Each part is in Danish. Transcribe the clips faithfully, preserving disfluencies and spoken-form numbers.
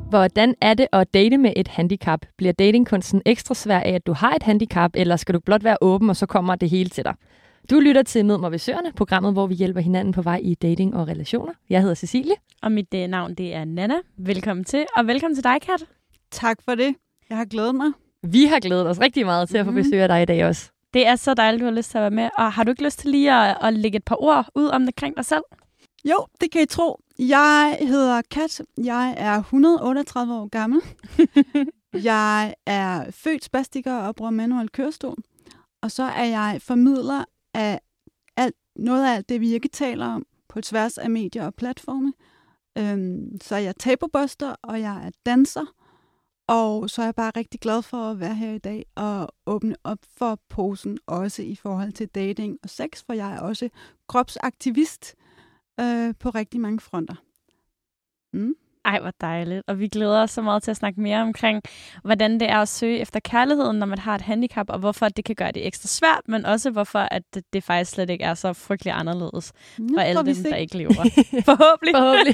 Hvordan er det at date med et handicap? Bliver datingkunsten ekstra svær af, at du har et handicap, eller skal du blot være åben, og så kommer det hele til dig? Du lytter til Mød mig ved Søerne, programmet, hvor vi hjælper hinanden på vej i dating og relationer. Jeg hedder Cecilie. Og mit uh, navn, det er Nana. Velkommen til, og velkommen til dig, Kat. Tak for det. Jeg har glædet mig. Vi har glædet os rigtig meget til at få besøg af dig i dag også. Det er så dejligt, du har lyst til at være med. Og har du ikke lyst til lige at, at lægge et par ord ud om det kring dig selv? Jo, det kan I tro. Jeg hedder Kat. Jeg er et hundrede og otteogtredive år gammel. Jeg er født spastiker og bruger manuel kørestol. Og så er jeg formidler af alt, noget af alt det, vi ikke taler om på tværs af medier og platforme. Øhm, så jeg er tabubuster, og jeg er danser. Og så er jeg bare rigtig glad for at være her i dag og åbne op for posen, også i forhold til dating og sex, for jeg er også kropsaktivist øh, på rigtig mange fronter. Mm. Ej, hvor dejligt. Og vi glæder os så meget til at snakke mere omkring, hvordan det er at søge efter kærligheden, når man har et handicap, og hvorfor det kan gøre det ekstra svært, men også hvorfor at det faktisk slet ikke er så frygtelig anderledes Ja, for alle dem, se. der ikke lever. Forhåbentlig. Forhåbentlig.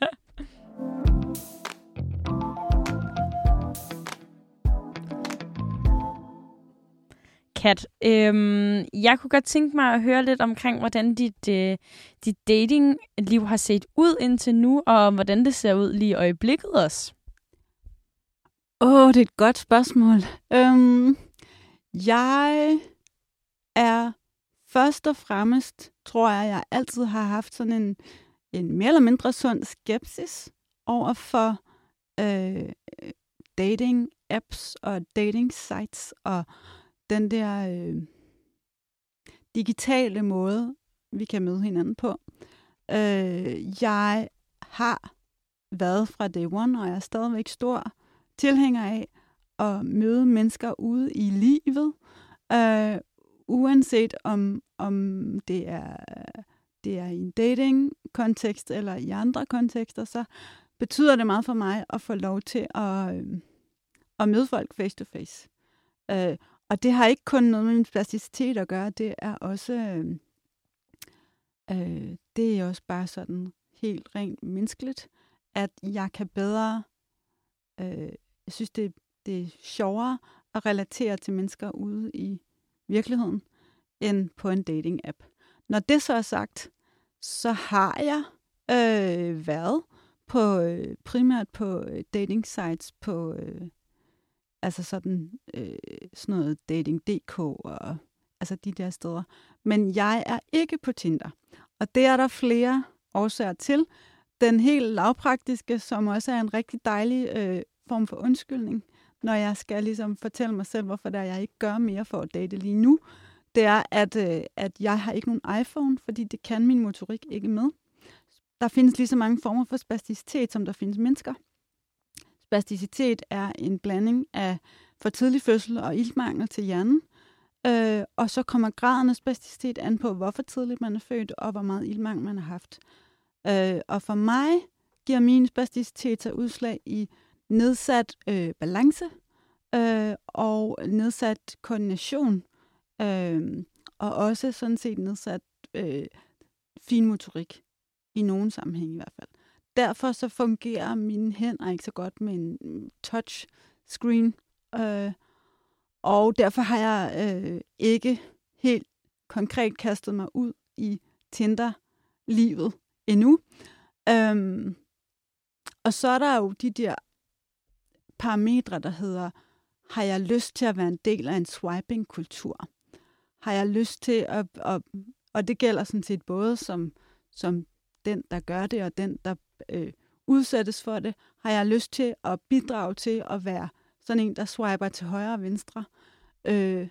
Kat, øhm, jeg kunne godt tænke mig at høre lidt omkring, hvordan dit, øh, dit datingliv har set ud indtil nu, og hvordan det ser ud lige i øjeblikket også. Åh, oh, det er et godt spørgsmål. Øhm, jeg er først og fremmest, tror jeg, jeg altid har haft sådan en, en mere eller mindre sund skepsis over for øh, dating apps og dating sites og den der øh, digitale måde, vi kan møde hinanden på. Øh, jeg har været fra day one, og jeg er stadigvæk stor tilhænger af at møde mennesker ude i livet, øh, uanset om, om det er, det er i en dating-kontekst eller i andre kontekster, så betyder det meget for mig at få lov til at, øh, at møde folk face to face. Øh, Og det har ikke kun noget med min plasticitet at gøre, det er også, øh, øh, det er også bare sådan helt rent menneskeligt, at jeg kan bedre, øh, jeg synes det, det er sjovere at relatere til mennesker ude i virkeligheden, end på en dating-app. Når det så er sagt, så har jeg øh, været på, øh, primært på dating sites på øh, Altså sådan, øh, sådan noget dating punktum d k og altså de der steder. Men jeg er ikke på Tinder. Og det er der flere årsager til. Den helt lavpraktiske, som også er en rigtig dejlig øh, form for undskyldning, når jeg skal ligesom fortælle mig selv, hvorfor der jeg ikke gør mere for at date lige nu, det er, at, øh, at jeg har ikke nogen iPhone, fordi det kan min motorik ikke med. Der findes lige så mange former for spasticitet, som der findes mennesker. Spasticitet er en blanding af for tidlig fødsel og iltmangel til hjernen. Øh, og så kommer graden af spasticitet an på, hvor for tidligt man er født, og hvor meget iltmangel man har haft. Øh, og for mig giver min spasticitet sig udslag i nedsat øh, balance øh, og nedsat koordination. Øh, og også sådan set nedsat øh, finmotorik. I nogen sammenhæng i hvert fald. Derfor så fungerer mine hænder ikke så godt med en touchscreen, øh, og derfor har jeg øh, ikke helt konkret kastet mig ud i Tinder-livet endnu. Øhm, og så er der jo de der parametre, der hedder, har jeg lyst til at være en del af en swiping-kultur? Har jeg lyst til at, at og det gælder sådan set både som, som den, der gør det, og den, der øh, udsættes for det, har jeg lyst til at bidrage til at være sådan en, der swiper til højre og venstre. Øh,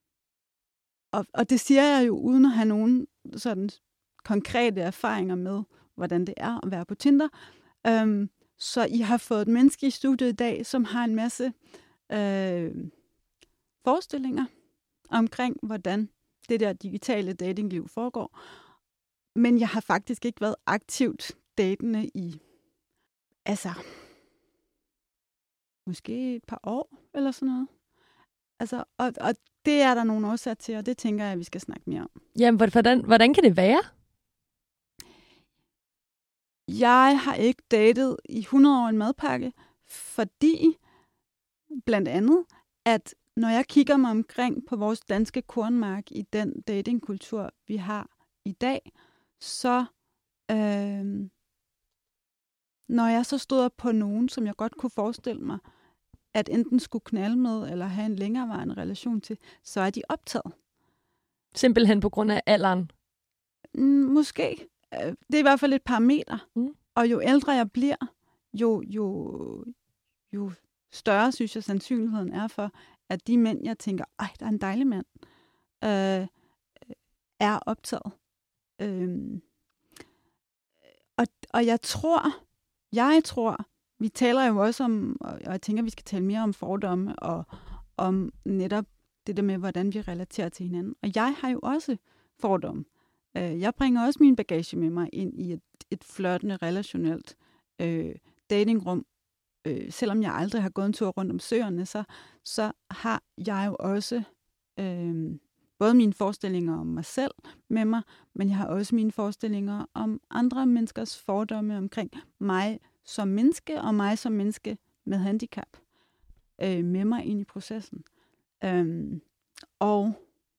og, og det siger jeg jo uden at have nogen sådan konkrete erfaringer med, hvordan det er at være på Tinder. Øh, så I har fået et menneske i studiet i dag, som har en masse øh, forestillinger omkring, hvordan det der digitale datingliv foregår. Men jeg har faktisk ikke været aktivt datende i, altså, måske et par år eller sådan noget. Altså, og, og det er der nogle årsager til, og det tænker jeg, at vi skal snakke mere om. Jamen, hvordan, hvordan kan det være? Jeg har ikke datet i hundrede år en madpakke, fordi blandt andet, at når jeg kigger mig omkring på vores danske kornmark i den datingkultur, vi har i dag, så øh, når jeg så støder på nogen, som jeg godt kunne forestille mig, at enten skulle knalde med, eller have en længerevarende relation til, så er de optaget. Simpelthen på grund af alderen? Mm, måske. Det er i hvert fald et parameter. Mm. Og jo ældre jeg bliver, jo, jo, jo større synes jeg sandsynligheden er for, at de mænd, jeg tænker, ej, der er en dejlig mand, øh, er optaget. Øh, og, og jeg tror, jeg tror, vi taler jo også om, og jeg tænker, vi skal tale mere om fordomme, og om netop det der med, hvordan vi relaterer til hinanden. Og jeg har jo også fordomme. Jeg bringer også min bagage med mig ind i et, et flirtende, relationelt øh, datingrum. Øh, selvom jeg aldrig har gået en tur rundt om søerne, så, så har jeg jo også øh, både mine forestillinger om mig selv med mig, men jeg har også mine forestillinger om andre menneskers fordomme omkring mig som menneske, og mig som menneske med handicap øh, med mig ind i processen. Øh, og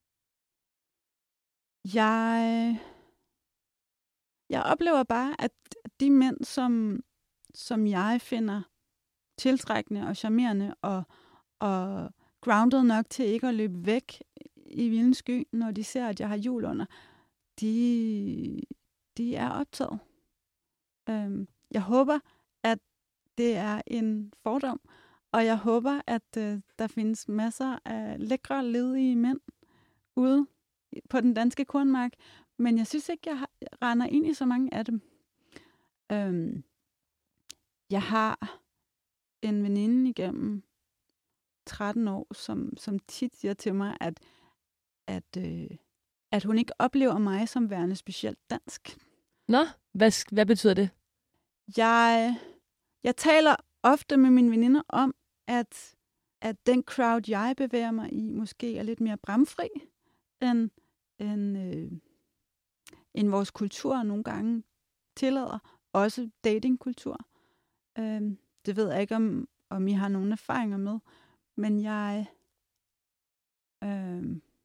Jeg, jeg oplever bare, at de mænd, som, som jeg finder tiltrækkende og charmerende og, og grounded nok til ikke at løbe væk i vilden sky, når de ser, at jeg har hjul under, de, de er optaget. Øhm, jeg håber, at det er en fordom, og jeg håber, at øh, der findes masser af lækre, ledige mænd ude på den danske kornmark, men jeg synes ikke, jeg har, render ind i så mange af dem. Øhm, jeg har en veninde igennem tretten år, som, som tit siger til mig, at, at, øh, at hun ikke oplever mig som værende specielt dansk. Nå, hvad, hvad betyder det? Jeg, jeg taler ofte med mine veninder om, at, at den crowd, jeg bevæger mig i, måske er lidt mere bramfri, end, end, øh, end vores kultur nogle gange tillader. Også datingkultur. Øh, det ved jeg ikke, om, om I har nogle erfaringer med. Men jeg... Øh,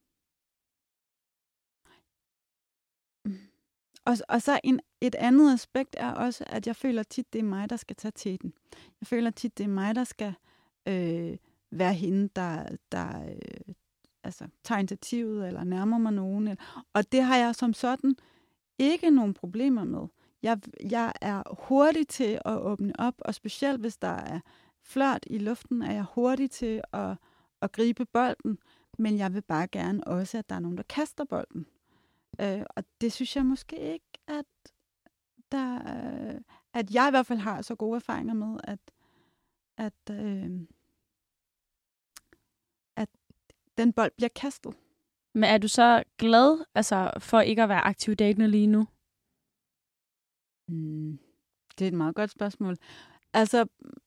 og, og så en, et andet aspekt er også, at jeg føler tit, det er mig, der skal tage teten. Jeg føler tit, det er mig, der skal øh, være hende, der... der øh, altså, tager initiativet, eller nærmer mig nogen. Eller, og det har jeg som sådan ikke nogen problemer med. Jeg, jeg er hurtig til at åbne op, og specielt hvis der er flørt i luften, er jeg hurtig til at, at gribe bolden, men jeg vil bare gerne også, at der er nogen, der kaster bolden. Øh, og det synes jeg måske ikke, at, der, øh, at jeg i hvert fald har så gode erfaringer med, at, at øh, den bold bliver kastet. Men er du så glad altså, for ikke at være aktiv datende lige nu? Mm, det er et meget godt spørgsmål. Altså,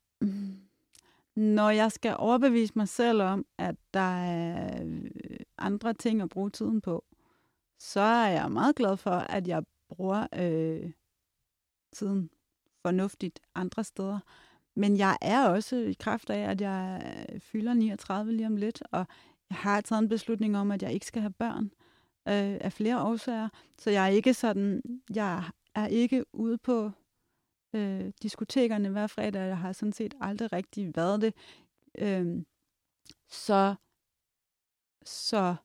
når jeg skal overbevise mig selv om, at der er andre ting at bruge tiden på, så er jeg meget glad for, at jeg bruger øh, tiden fornuftigt andre steder. Men jeg er også i kraft af, at jeg fylder niogtredive lige om lidt, og jeg har taget en beslutning om, at jeg ikke skal have børn øh, af flere årsager. Så jeg er ikke sådan, jeg er ikke ude på øh, diskotekerne hver fredag. Jeg har sådan set aldrig rigtig været det. Øh, så, så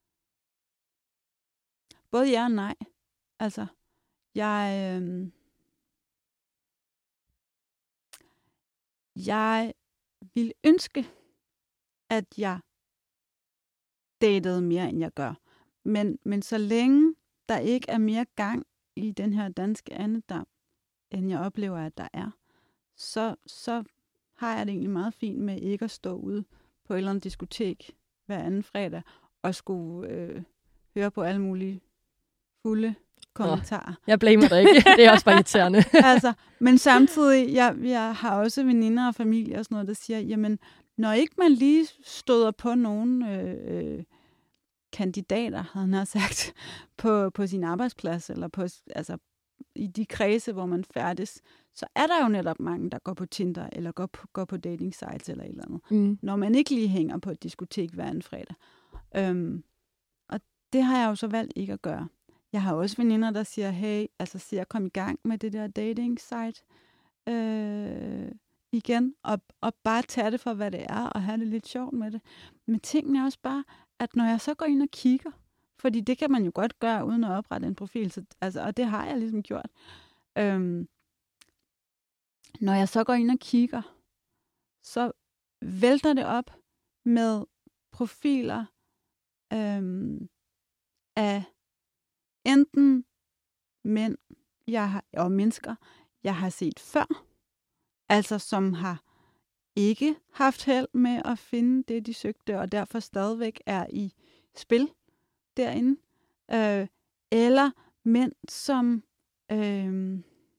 både ja og nej. Altså, jeg, øh, jeg vil ønske, at jeg datede mere, end jeg gør. Men, men så længe der ikke er mere gang i den her danske andedam, end jeg oplever, at der er, så, så har jeg det egentlig meget fint med ikke at stå ude på et eller andet diskotek hver anden fredag og skulle øh, høre på alle mulige fulde kommentarer. Oh, jeg blamer dig ikke. Det er også bare irriterende. altså, men samtidig, jeg, jeg har også veninder og familie og sådan noget, der siger, jamen, når ikke man lige støder på nogle øh, kandidater, havde han sagt, på, på sin arbejdsplads, eller på, altså, i de kredse, hvor man færdes, så er der jo netop mange, der går på Tinder, eller går på, går på dating sites, eller et eller andet. Mm. Når man ikke lige hænger på et diskotek hver en fredag. Øhm, og det har jeg jo så valgt ikke at gøre. Jeg har også veninder, der siger, hey, altså siger, kom i gang med det der dating site øh, igen, og, og bare tage det for, hvad det er, og have det lidt sjovt med det. Men tingene er også bare, at når jeg så går ind og kigger, fordi det kan man jo godt gøre, uden at oprette en profil, så, altså, og det har jeg ligesom gjort. Øhm, når jeg så går ind og kigger, så vælter det op med profiler øhm, af enten mænd jeg har, og mennesker, jeg har set før, altså som har ikke haft held med at finde det, de søgte, og derfor stadigvæk er i spil derinde. Øh, eller mænd, som, øh,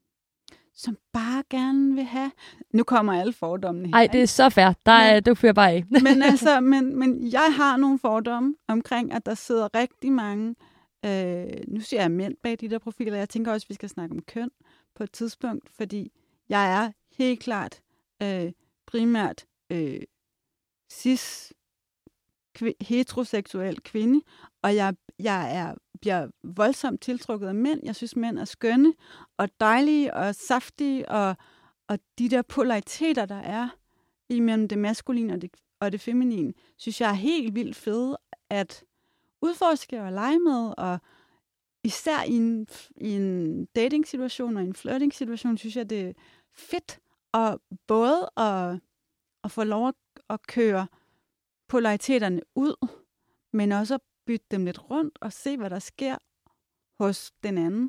som bare gerne vil have... Nu kommer alle fordommene her. Ej, det er så fair. Der er, men, du fører bare af. men, altså, men, men jeg har nogle fordomme omkring, at der sidder rigtig mange... Øh, nu siger jeg mænd bag de der profiler. Jeg tænker også, at vi skal snakke om køn på et tidspunkt, fordi jeg er helt klart øh, primært øh, cis kv- heteroseksuel kvinde, og jeg, jeg er, bliver voldsomt tiltrukket af mænd. Jeg synes, mænd er skønne og dejlige og saftige, og, og de der polariteter, der er imellem det maskuline og det, og det feminine, synes jeg er helt vildt fede at udforske og lege med, og især i en, i en dating-situation og en flirting-situation, synes jeg, det er fedt at både at, at få lov at, at køre polariteterne ud, men også at bytte dem lidt rundt og se, hvad der sker hos den anden,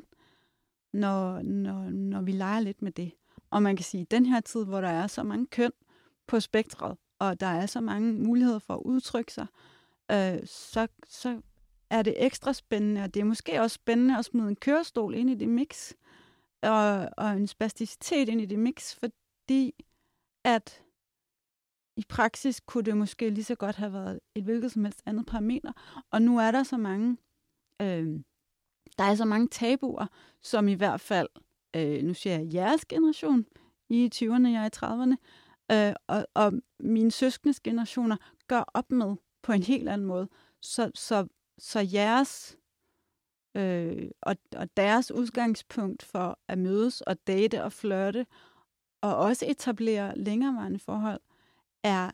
når, når, når vi leger lidt med det. Og man kan sige, at den her tid, hvor der er så mange køn på spektret, og der er så mange muligheder for at udtrykke sig, øh, så, så er det ekstra spændende, og det er måske også spændende at smide en kørestol ind i det mix, og, og en spasticitet ind i det mix, fordi at i praksis kunne det måske lige så godt have været et hvilket som helst andet parameter, og nu er der så mange, øh, der er så mange tabuer, som i hvert fald, øh, nu siger jeg jeres generation, I i tyverne, jeg er i trediverne, øh, og, og mine søskendes generationer gør op med på en helt anden måde, så, så Så jeres øh, og, og deres udgangspunkt for at mødes og date og flirte, og også etablere længerevarende forhold, er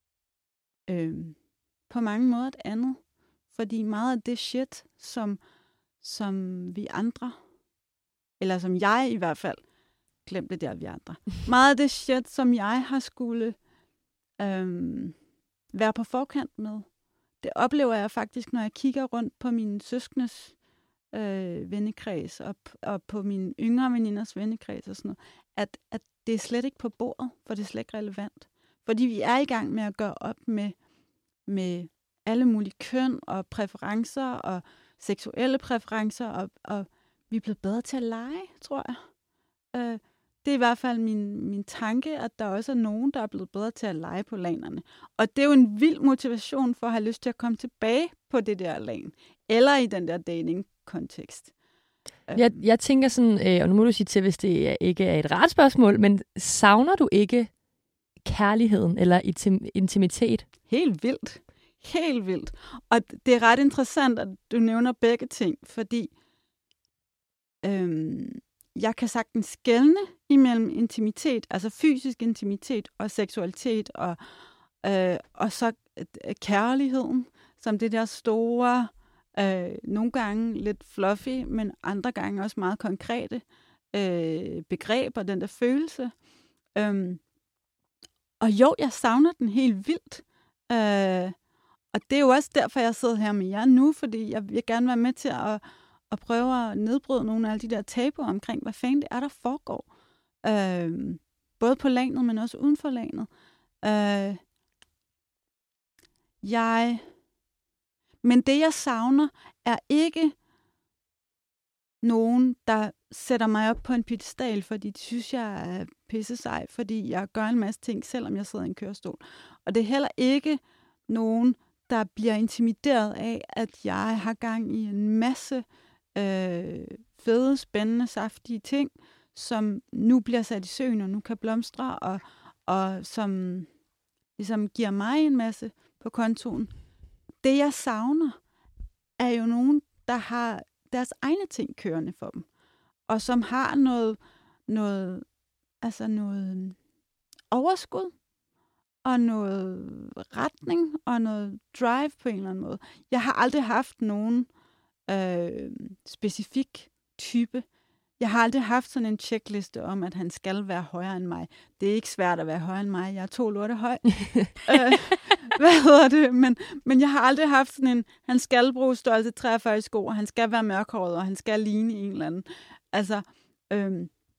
øh, på mange måder et andet. Fordi meget af det shit, som, som vi andre, eller som jeg i hvert fald, glem det der vi andre, meget af det shit, som jeg har skulle øh, være på forkant med, det oplever jeg faktisk, når jeg kigger rundt på mine søskendes øh, vennekreds, og, og på mine yngre veninders vennekreds og sådan noget, at, at det er slet ikke på bordet, for det er slet ikke relevant. Fordi vi er i gang med at gøre op med, med alle mulige køn og præferencer og seksuelle præferencer, og, og vi er blevet bedre til at lege, tror jeg. Øh, Det er i hvert fald min, min tanke, at der også er nogen, der er blevet bedre til at lege på lanerne. Og det er jo en vild motivation for at have lyst til at komme tilbage på det der lan, eller i den der dating-kontekst. Jeg, jeg tænker sådan, øh, og nu må du sige til, hvis det ikke er et rart spørgsmål, men savner du ikke kærligheden eller intim- intimitet? Helt vildt. Helt vildt. Og det er ret interessant, at du nævner begge ting, fordi øhm, jeg kan sagtens skelne imellem intimitet, altså fysisk intimitet og seksualitet, og, øh, og så kærligheden, som det der store, øh, nogle gange lidt fluffy, men andre gange også meget konkrete øh, begreb og den der følelse. Øhm, og jo, jeg savner den helt vildt. Øh, og det er jo også derfor, jeg sidder her med jer nu, fordi jeg vil gerne være med til at og prøve at nedbryde nogle af alle de der tabuer omkring, hvad fanden det er, der foregår. Øh, både på landet, men også uden for landet. Øh, jeg... Men det, jeg savner, er ikke nogen, der sætter mig op på en piedestal, fordi de synes, jeg er pisse sej, fordi jeg gør en masse ting, selvom jeg sidder i en kørestol. Og det er heller ikke nogen, der bliver intimideret af, at jeg har gang i en masse øh, fede, spændende, saftige ting, som nu bliver sat i søen, og nu kan blomstre, og, og som ligesom giver mig en masse på kontoen. Det, jeg savner, er jo nogen, der har deres egne ting kørende for dem, og som har noget, noget, altså noget overskud, og noget retning, og noget drive på en eller anden måde. Jeg har aldrig haft nogen øh, specifik type. Jeg har aldrig haft sådan en checkliste om, at han skal være højere end mig. Det er ikke svært at være højere end mig. Jeg er to lorte høj. øh, hvad hedder det? Men, men jeg har aldrig haft sådan en, han skal bruge størrelse treogfyrre i sko, og han skal være mørkhåret, og han skal ligne en eller anden. Altså, øh,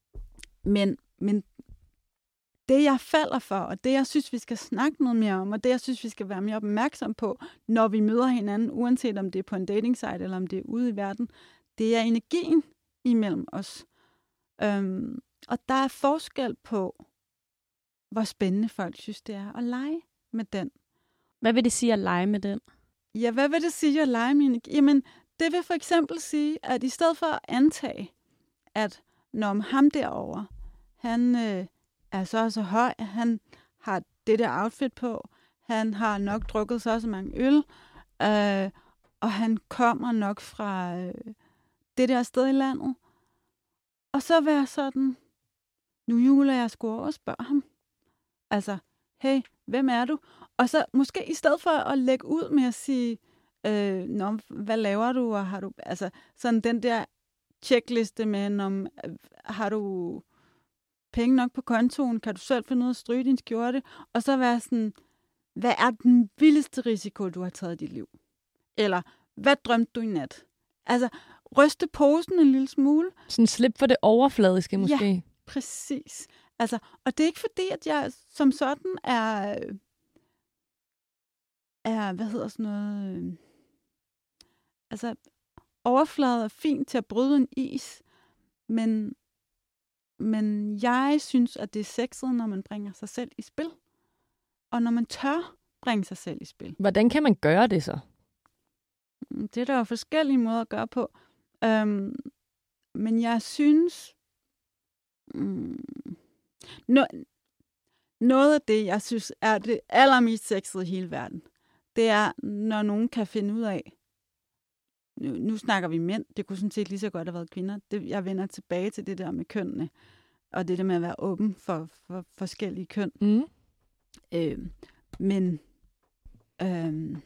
men, men det, jeg falder for, og det, jeg synes, vi skal snakke noget mere om, og det, jeg synes, vi skal være mere opmærksom på, når vi møder hinanden, uanset om det er på en dating-site, eller om det er ude i verden, det er energien imellem os. Øhm, og der er forskel på, hvor spændende folk synes, det er at lege med den. Hvad vil det sige at lege med den? Ja, hvad vil det sige at lege med energi? Jamen, det vil for eksempel sige, at i stedet for at antage, at når ham derovre, han øh, er så og så høj, han har det der outfit på, han har nok drukket så og så mange øl, øh, og han kommer nok fra øh, det der sted i landet. Og så være sådan, nu juler jeg sgu over og spørger ham. Altså, hey, hvem er du? Og så måske i stedet for at lægge ud med at sige, øh, Nå, hvad laver du? Og har du, altså, sådan den der checkliste med, om har du penge nok på kontoen? Kan du selv finde ud af at stryge din skjorte? Og så være sådan, hvad er den vildeste risiko, du har taget i dit liv? Eller, hvad drømte du i nat? Altså, ryste posen en lille smule. Sådan slip for det overfladiske måske. Ja, præcis. Altså, og det er ikke fordi, at jeg som sådan er, er hvad hedder sådan noget, altså, overflade er fint til at bryde en is, men, men jeg synes, at det er sexet, når man bringer sig selv i spil. Og når man tør bringe sig selv i spil. Hvordan kan man gøre det så? Det er der jo forskellige måder at gøre på. Øhm, men jeg synes, mm, no, noget af det, jeg synes er det allermest sexede i hele verden, det er, når nogen kan finde ud af, nu, nu snakker vi mænd, det kunne sådan set lige så godt have været kvinder. Det, jeg vender tilbage til det der med kønnene, og det der med at være åben for, for forskellige køn. Mm. Øhm, men øhm,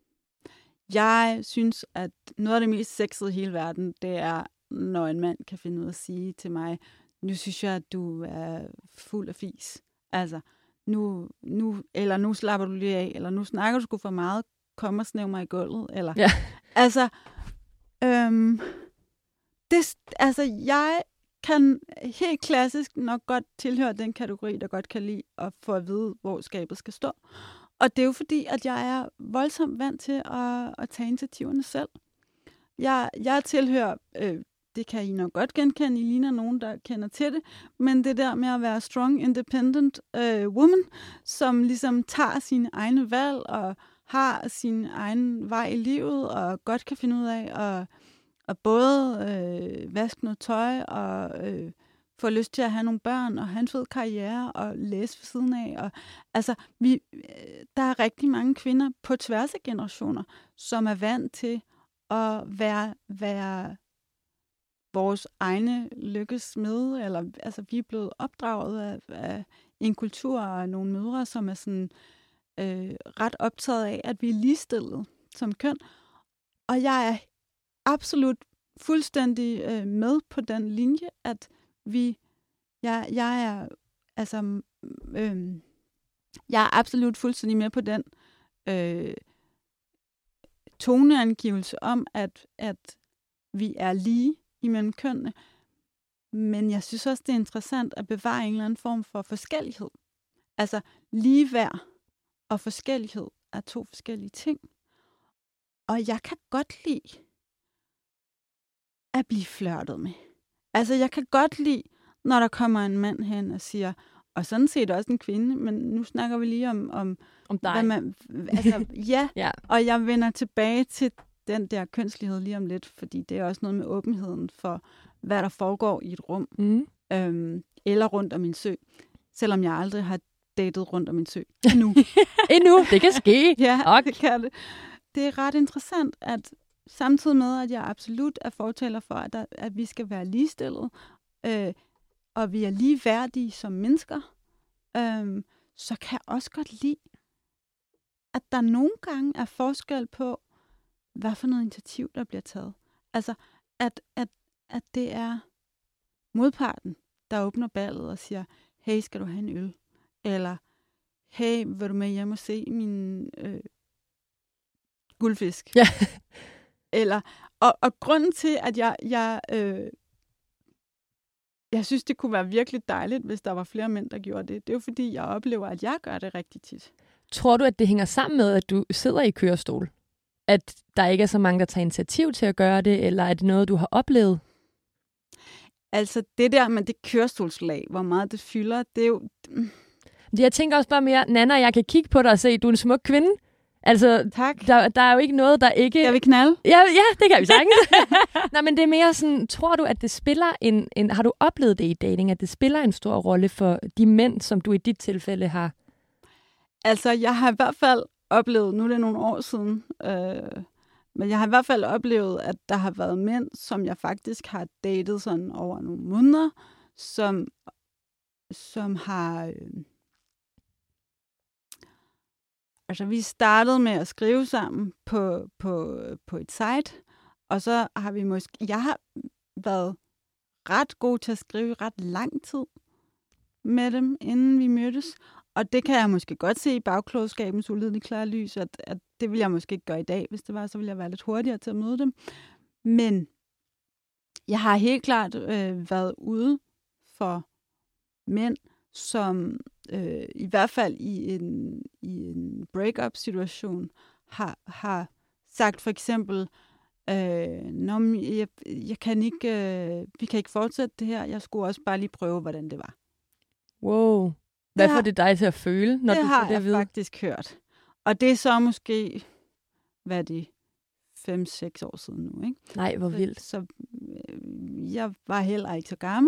jeg synes, at noget af det mest sexede i hele verden, det er, når en mand kan finde ud af at sige til mig, nu synes jeg, at du er fuld af fis. Altså, nu, nu, eller nu slapper du lige af, eller nu snakker du sgu for meget, kom og snæv mig i gulvet. Eller, ja. Altså, øhm, det, altså, jeg kan helt klassisk nok godt tilhøre den kategori, der godt kan lide at få at vide, hvor skabet skal stå. Og det er jo fordi, at jeg er voldsomt vant til at, at tage initiativerne selv. Jeg, jeg tilhører, øh, det kan I nok godt genkende, I ligner nogen, der kender til det, men det der med at være strong, independent øh, woman, som ligesom tager sine egne valg og har sin egen vej i livet, og godt kan finde ud af at, at både øh, vaske noget tøj og øh, få lyst til at have nogle børn og have en fed karriere og læse ved siden af. Og, altså, vi, der er rigtig mange kvinder på tværs af generationer, som er vant til at være, være vores egne lykkes med, eller altså, vi er blevet opdraget af, af en kultur og nogle mødre, som er sådan øh, ret optaget af, at vi er ligestillet som køn. Og jeg er absolut fuldstændig øh, med på den linje, at vi, jeg, jeg er, altså, øh, jeg er absolut fuldstændig med på den øh, toneangivelse om, at, at vi er lige imellem kønnene. Men jeg synes også, det er interessant at bevare en eller anden form for forskellighed. Altså, ligeværd og forskellighed er to forskellige ting. Og jeg kan godt lide at blive flirtet med. Altså, jeg kan godt lide, når der kommer en mand hen og siger, og sådan set også en kvinde, men nu snakker vi lige om... Om, om dig. Hvad man, altså, ja, ja, og jeg vender tilbage til den der kønslighed lige om lidt, fordi det er også noget med åbenheden for, hvad der foregår i et rum, Mm. øhm, eller rundt om en sø, selvom jeg aldrig har datet rundt om en sø endnu. Endnu, det kan ske. Ja, Ok. det kan det. Det er ret interessant, at samtidig med, at jeg absolut er fortaler for, at, der, at vi skal være ligestillet, øh, og vi er ligeværdige som mennesker, øh, så kan jeg også godt lide, at der nogle gange er forskel på, hvad for noget initiativ, der bliver taget. Altså, at, at, at det er modparten, der åbner ballet og siger, hey, skal du have en øl? Eller, hey, vil du med hjem og se min øh, guldfisk? Ja. Eller, og, og grunden til, at jeg, jeg, øh, jeg synes, det kunne være virkelig dejligt, hvis der var flere mænd, der gjorde det, det er jo fordi, jeg oplever, at jeg gør det rigtig tit. Tror du, at det hænger sammen med, at du sidder i kørestol? At der ikke er så mange, der tager initiativ til at gøre det, eller er det noget, du har oplevet? Altså det der med det kørestolslag, hvor meget det fylder, det er jo... Jeg tænker også bare mere, Nanna, jeg kan kigge på dig og se, at du er en smuk kvinde. Altså, tak. Der, der er jo ikke noget, der ikke... Skal vi knalde? Ja, ja, det kan vi sagtens. Nej, men det er mere sådan, tror du, at det spiller en, en... Har du oplevet det i dating, at det spiller en stor rolle for de mænd, som du i dit tilfælde har? Altså, jeg har i hvert fald oplevet, nu er det nogle år siden, øh, men jeg har i hvert fald oplevet, at der har været mænd, som jeg faktisk har datet sådan over nogle måneder, som, som har... Øh, altså, vi startede med at skrive sammen på, på, på et site, og så har vi måske... Jeg har været ret god til at skrive ret lang tid med dem, inden vi mødtes. Og det kan jeg måske godt se i bagklogskabens ulideligt klare lys, at, at det vil jeg måske ikke gøre i dag. Hvis det var, så ville jeg være lidt hurtigere til at møde dem. Men jeg har helt klart øh, været ude for mænd, som øh, i hvert fald i en, i en break-up-situation har, har sagt for eksempel, øh, Nå, jeg, jeg kan ikke, øh, vi kan ikke fortsætte det her, jeg skulle også bare lige prøve, hvordan det var. Wow. Hvad Det får har- det dig til at føle, når det du har får det jeg at vide? faktisk hørt. Og det er så måske, hvad er det, fem seks år siden nu, ikke? Nej, hvor vildt. Så, så øh, jeg var heller ikke så gammel.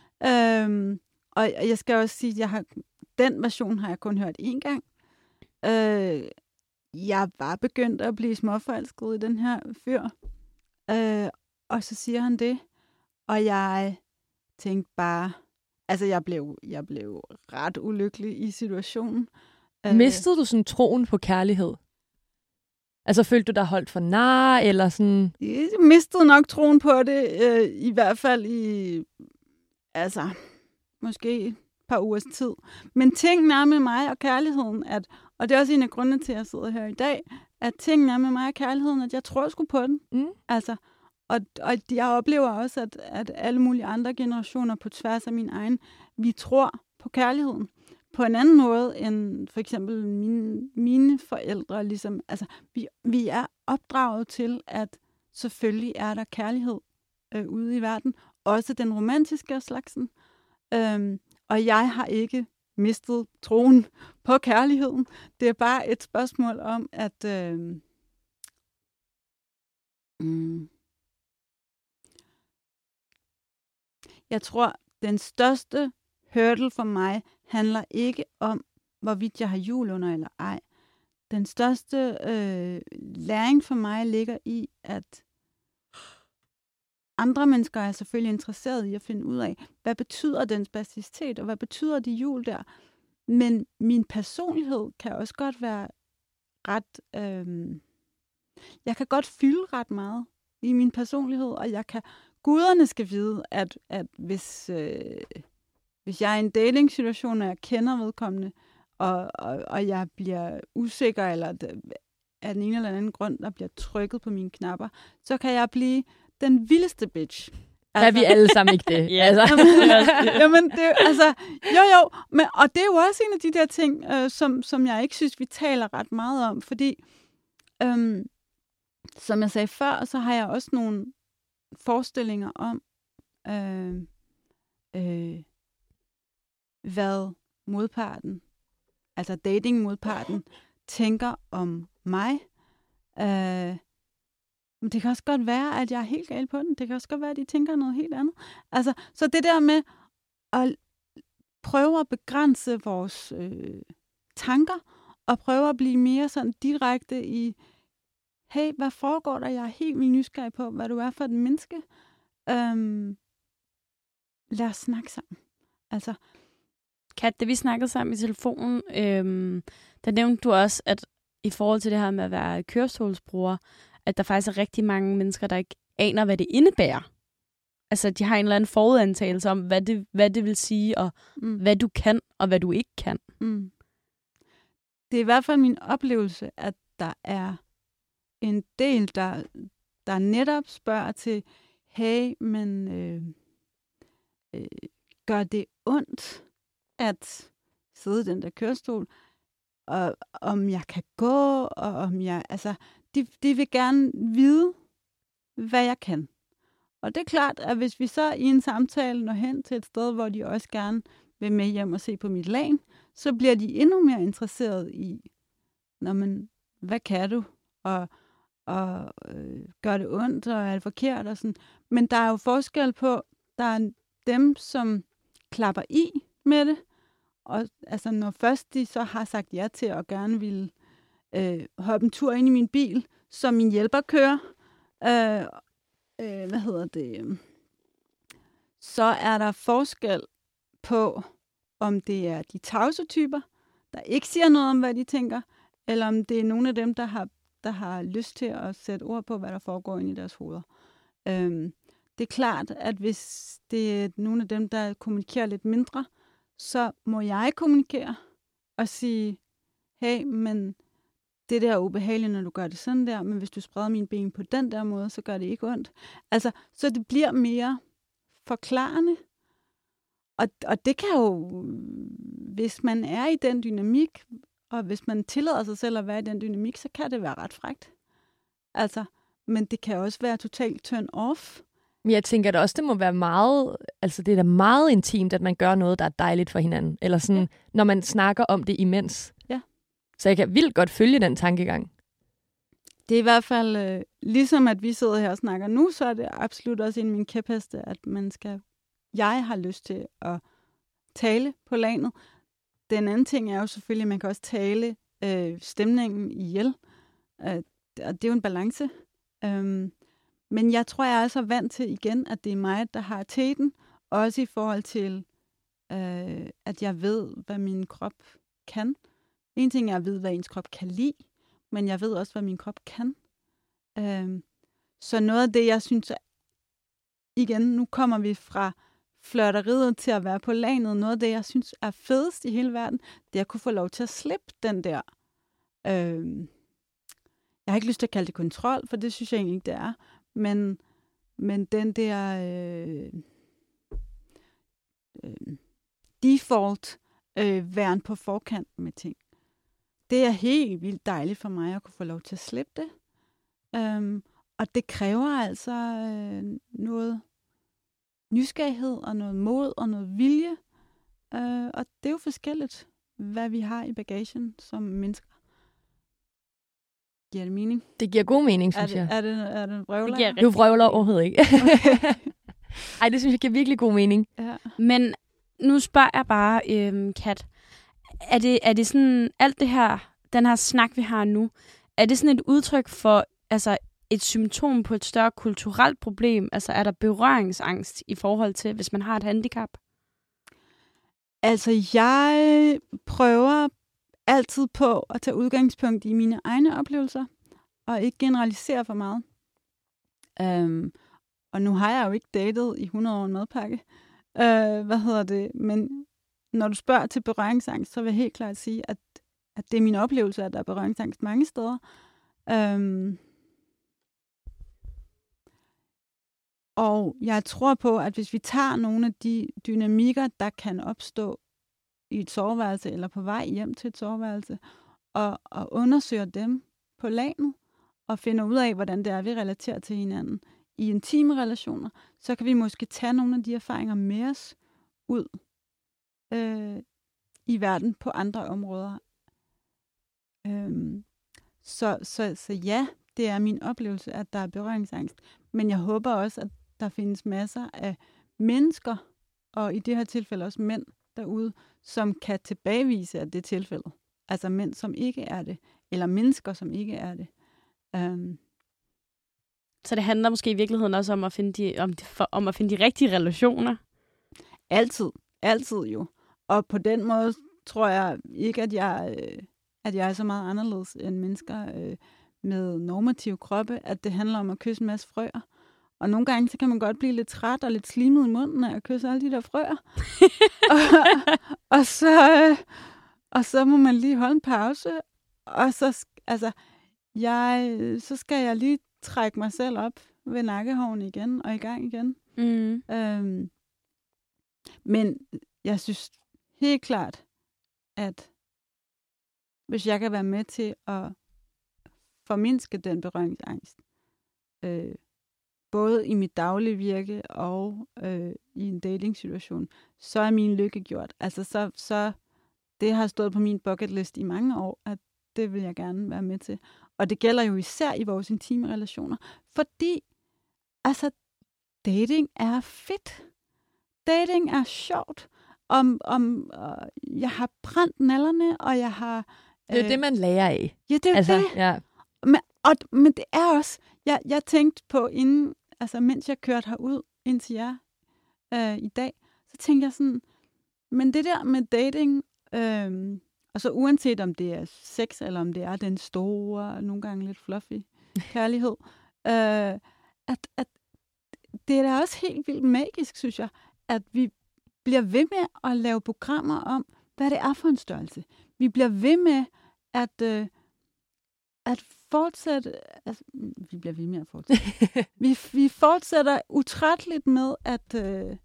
Øhm, og jeg skal også sige, at jeg har, den version har jeg kun hørt én gang. Øh, jeg var begyndt at blive småforelsket i den her fyr. Øh, og så siger han det. Og jeg tænkte bare, altså jeg blev, jeg blev ret ulykkelig i situationen. Øh, Mistede du sådan troen på kærlighed? Altså, følte du dig holdt for nar, eller sådan... Jeg mistede nok troen på det, øh, i hvert fald i, altså, måske et par ugers tid. Men ting er med mig og kærligheden, at, og det er også en af grundene til, at jeg sidder her i dag, at ting er med mig og kærligheden, at jeg tror sgu på den. Mm. Altså, og, og jeg oplever også, at, at alle mulige andre generationer på tværs af min egen, vi tror på kærligheden. På en anden måde end for eksempel mine, mine forældre. Ligesom, altså, vi, vi er opdraget til, at selvfølgelig er der kærlighed øh, ude i verden. Også den romantiske slagsen. Øhm, og jeg har ikke mistet troen på kærligheden. Det er bare et spørgsmål om, at... Øh, mm, jeg tror, den største hurdle for mig handler ikke om, hvorvidt jeg har jul under eller ej. Den største øh, læring for mig ligger i, at andre mennesker er selvfølgelig interesseret i at finde ud af, hvad betyder den spasticitet, og hvad betyder de jul der. Men min personlighed kan også godt være ret... Øh, jeg kan godt fylde ret meget i min personlighed, og jeg kan... Guderne skal vide, at, at hvis... Øh, Hvis jeg er i en dating-situation, og jeg kender vedkommende, og, og, og jeg bliver usikker, eller af den ene eller anden grund, der bliver trykket på mine knapper, så kan jeg blive den vildeste bitch. Altså, er vi alle sammen ikke det? Ja. Altså. Jamen, det, altså, jo jo, men, og det er jo også en af de der ting, øh, som, som jeg ikke synes, vi taler ret meget om, fordi, øhm, som jeg sagde før, så har jeg også nogle forestillinger om, øh, øh, hvad modparten, altså dating-modparten, tænker om mig. Øh, Men det kan også godt være, at jeg er helt gal på den. Det kan også godt være, at de tænker noget helt andet. Altså, så det der med at prøve at begrænse vores øh, tanker, og prøve at blive mere sådan direkte i, hey, hvad foregår der? Jeg er helt vildt nysgerrig på, hvad du er for et menneske. Øhm, lad os snakke sammen. Altså, Kat, det vi snakkede sammen i telefonen, øhm, der nævnte du også, at i forhold til det her med at være kørestolsbruger, at der faktisk er rigtig mange mennesker, der ikke aner, hvad det indebærer. Altså, de har en eller anden forudantagelse om, hvad det, hvad det vil sige, og mm. hvad du kan, og hvad du ikke kan. Mm. Det er i hvert fald min oplevelse, at der er en del, der, der netop spørger til, hey, men øh, øh, gør det ondt at sidde i den der kørestol, og om jeg kan gå, og om jeg, altså, de, de vil gerne vide, hvad jeg kan. Og det er klart, at hvis vi så i en samtale når hen til et sted, hvor de også gerne vil med hjem og se på mit lagen, så bliver de endnu mere interesseret i, når man, hvad kan du? Og, og øh, gør det ondt, og er det forkert? Og sådan. Men der er jo forskel på, der er dem, som klapper i med det, og altså, når først de så har sagt ja til at gerne ville øh, hoppe en tur ind i min bil, som min hjælper kører, øh, øh, hvad hedder det, så er der forskel på, om det er de tavse typer, der ikke siger noget om, hvad de tænker, eller om det er nogle af dem, der har, der har lyst til at sætte ord på, hvad der foregår inde i deres hoveder. Øh, det er klart, at hvis det er nogle af dem, der kommunikerer lidt mindre, så må jeg kommunikere og sige, hey, men det der er ubehageligt, når du gør det sådan der, men hvis du spreder mine ben på den der måde, så gør det ikke ondt. Altså, så det bliver mere forklarende. Og, og det kan jo, hvis man er i den dynamik, og hvis man tillader sig selv at være i den dynamik, så kan det være ret frækt. Altså, men det kan også være totalt turn off. Men jeg tænker at også, det må være meget, altså det er da meget intimt, at man gør noget, der er dejligt for hinanden. Eller sådan, ja. Når man snakker om det imens. Ja. Så jeg kan vildt godt følge den tankegang. Det er i hvert fald, øh, ligesom at vi sidder her og snakker nu, så er det absolut også en af mine kæpheste, at man skal, jeg har lyst til at tale på lanet. Den anden ting er jo selvfølgelig, at man kan også tale øh, stemningen ihjel. Øh, og det er jo en balance. Øh, Men jeg tror, jeg er så vant til igen, at det er mig, der har teten. Også i forhold til, øh, at jeg ved, hvad min krop kan. En ting er at vide, hvad ens krop kan lide, men jeg ved også, hvad min krop kan. Øh, så noget af det, jeg synes, er, igen, nu kommer vi fra flirteriet til at være på lanet. Noget af det, jeg synes er fedest i hele verden, det er at kunne få lov til at slippe den der. Øh, jeg har ikke lyst til at kalde det kontrol, for det synes jeg egentlig ikke, det er. Men, men den der øh, øh, default øh, væren på forkant med ting, det er helt vildt dejligt for mig at kunne få lov til at slippe det. Um, og det kræver altså øh, noget nysgerrighed og noget mod og noget vilje. Uh, og det er jo forskelligt, hvad vi har i bagagen som mennesker. Giver det mening? Det giver god mening, synes er det, jeg. Er det, er det vrøvler? Det du vrøvler overhovedet ikke. Okay. Ej, det synes jeg giver virkelig god mening. Ja. Men nu spørger jeg bare, øhm, Kat, er det, er det sådan, alt det her, den her snak, vi har nu, er det sådan et udtryk for altså et symptom på et større kulturelt problem? Altså er der berøringsangst i forhold til, hvis man har et handicap? Altså, jeg prøver altid på at tage udgangspunkt i mine egne oplevelser, og ikke generalisere for meget. Um, og nu har jeg jo ikke datet i hundrede år en madpakke. Uh, hvad hedder det? Men når du spørger til berøringsangst, så vil jeg helt klart sige, at, at det er min oplevelse, at der er berøringsangst mange steder. Um, og jeg tror på, at hvis vi tager nogle af de dynamikker, der kan opstå i et soveværelse eller på vej hjem til et soveværelse, og, og undersøger dem på lanet, og finder ud af, hvordan det er, vi relaterer til hinanden i intime relationer, så kan vi måske tage nogle af de erfaringer med os ud øh, i verden på andre områder. Øhm, så, så, så ja, det er min oplevelse, at der er berøringsangst. Men jeg håber også, at der findes masser af mennesker, og i det her tilfælde også mænd derude, som kan tilbagevise, at det er tilfældet. Altså mænd, som ikke er det, eller mennesker, som ikke er det. Um, Så det handler måske i virkeligheden også om at finde de, om, de, for, om at finde de rigtige relationer? Altid. Altid jo. Og på den måde tror jeg ikke, at jeg, at jeg er så meget anderledes end mennesker øh, med normative kroppe, at det handler om at kysse en masse frøer. Og nogle gange, så kan man godt blive lidt træt og lidt slimet i munden af at kysse alle de der frøer. og, og, så, øh, og så må man lige holde en pause. Og så, altså, jeg, så skal jeg lige trække mig selv op ved nakkehoven igen og i gang igen. Mm. Øhm, men jeg synes helt klart, at hvis jeg kan være med til at formindske den berøringsangst, øh, både i mit daglige virke og øh, i en dating-situation, så er min lykke gjort. Altså så, så det har stået på min bucket list i mange år, at det vil jeg gerne være med til. Og det gælder jo især i vores intime relationer, fordi altså dating er fedt. Dating er sjovt. Om, om øh, jeg har brændt nallerne, og jeg har... Øh, det er jo det, man lærer af. Ja, det er altså, det. Ja. Men, og, men det er også... Jeg, jeg tænkte på, inden, altså, mens jeg kørte herud indtil jer øh, i dag, så tænkte jeg sådan, men det der med dating, øh, og så uanset om det er sex, eller om det er den store, nogle gange lidt fluffy kærlighed, øh, at, at det er da også helt vildt magisk, synes jeg, at vi bliver ved med at lave programmer om, hvad det er for en størrelse. Vi bliver ved med at, øh, at fortsætte... Altså, vi bliver ved med at fortsætte. vi, vi fortsætter utrætteligt med at øh,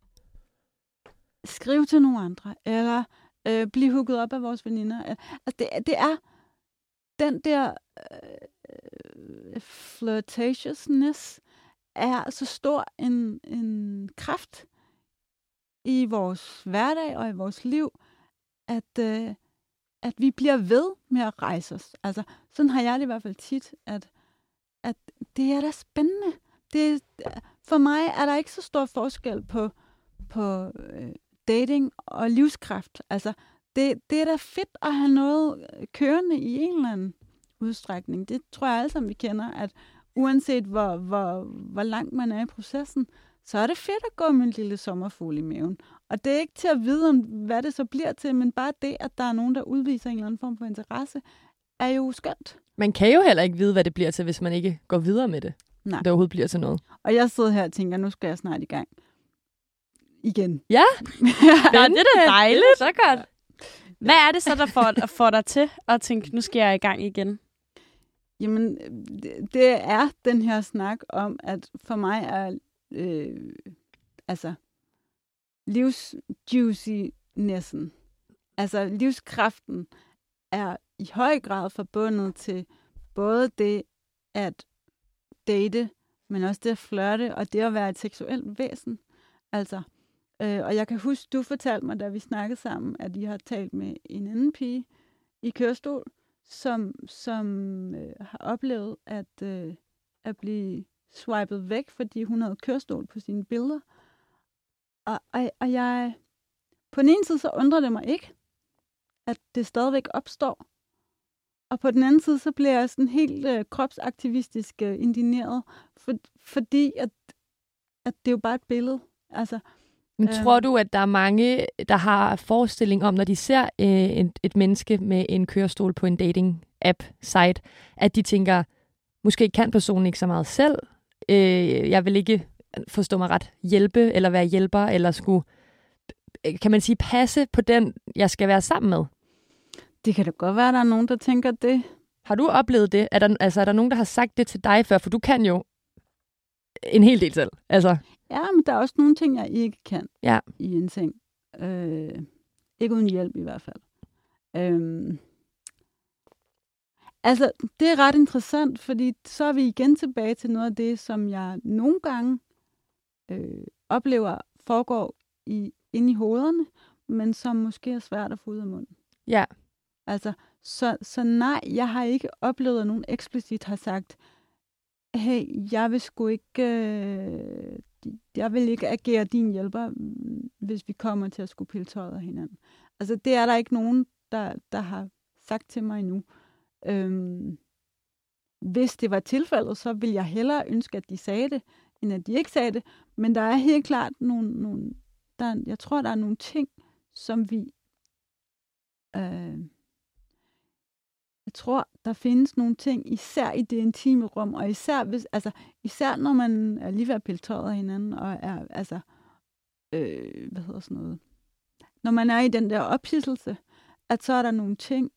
skrive til nogle andre, eller øh, blive hooket op af vores veninder. Altså, det, det er den der øh, flirtatiousness er så stor en, en kraft i vores hverdag og i vores liv, at, øh, at vi bliver ved med at rejse os. Altså, sådan har jeg det i hvert fald tit, at, at det er da spændende. Det, for mig er der ikke så stor forskel på, på øh, dating og livskraft. Altså, det, det er da fedt at have noget kørende i en eller anden udstrækning. Det tror jeg alle sammen, vi kender, at uanset hvor, hvor, hvor langt man er i processen, så er det fedt at gå med en lille sommerfugl i maven. Og det er ikke til at vide, om hvad det så bliver til, men bare det, at der er nogen, der udviser en eller anden form for interesse, er jo skønt. Man kan jo heller ikke vide, hvad det bliver til, hvis man ikke går videre med det. Nej. Det overhovedet bliver til noget. Og jeg sidder her og tænker, nu skal jeg snart i gang. Igen. Ja, Nå, det er da dejligt. Det er så godt. Hvad er det så, der får, får dig til at tænke, nu skal jeg i gang igen? Jamen, det, det er den her snak om, at for mig er øh, altså livsjuicinessen, altså livskraften, er i høj grad forbundet til både det at date, men også det at flirte, og det at være et seksuelt væsen. Altså, øh, og jeg kan huske, du fortalte mig, da vi snakkede sammen, at I har talt med en anden pige i kørestol, som, som øh, har oplevet at, øh, at blive swipet væk, fordi hun havde kørestol på sine billeder. Og, og, og jeg... På den ene side, så undrer det mig ikke, at det stadigvæk opstår. Og på den anden side, så bliver jeg sådan helt øh, kropsaktivistisk øh, indigneret, for, fordi at, at det er jo bare et billede. Altså, Men tror øh, du, at der er mange, der har forestilling om, når de ser øh, et, et menneske med en kørestol på en dating-app-site, at de tænker, måske kan personen ikke så meget selv. Øh, jeg vil ikke, forstå mig ret, hjælpe eller være hjælper, eller skulle, kan man sige, passe på den, jeg skal være sammen med? Det kan da godt være, at der er nogen, der tænker det. Har du oplevet det? Er der, altså, er der nogen, der har sagt det til dig før? For du kan jo en hel del selv. Altså. Ja, men der er også nogle ting, jeg ikke kan ja. i en ting. Øh, ikke uden hjælp i hvert fald. Øh, altså, det er ret interessant, fordi så er vi igen tilbage til noget af det, som jeg nogle gange øh, oplever foregår i, inde i hovederne, men som måske er svært at få ud af munden. Ja. Altså, Så, så nej, jeg har ikke oplevet, at nogen eksplicit har sagt, hey, jeg vil sgu ikke, øh, jeg vil ikke agere din hjælper, hvis vi kommer til at skulle pille tøjet af hinanden. Altså, det er der ikke nogen, der, der har sagt til mig endnu. Øhm, hvis det var tilfældet, så ville jeg hellere ønske, at de sagde det, end at de ikke sagde det. Men der er helt klart nogle, nogle der, jeg tror, der er nogle ting, som vi, øh, jeg tror, der findes nogle ting, især i det intime rum, og især, hvis, altså, især når man er lige ved at pille tøjet af hinanden, og er, altså, øh, hvad hedder sådan noget, når man er i den der ophidselse, at så er der nogle ting,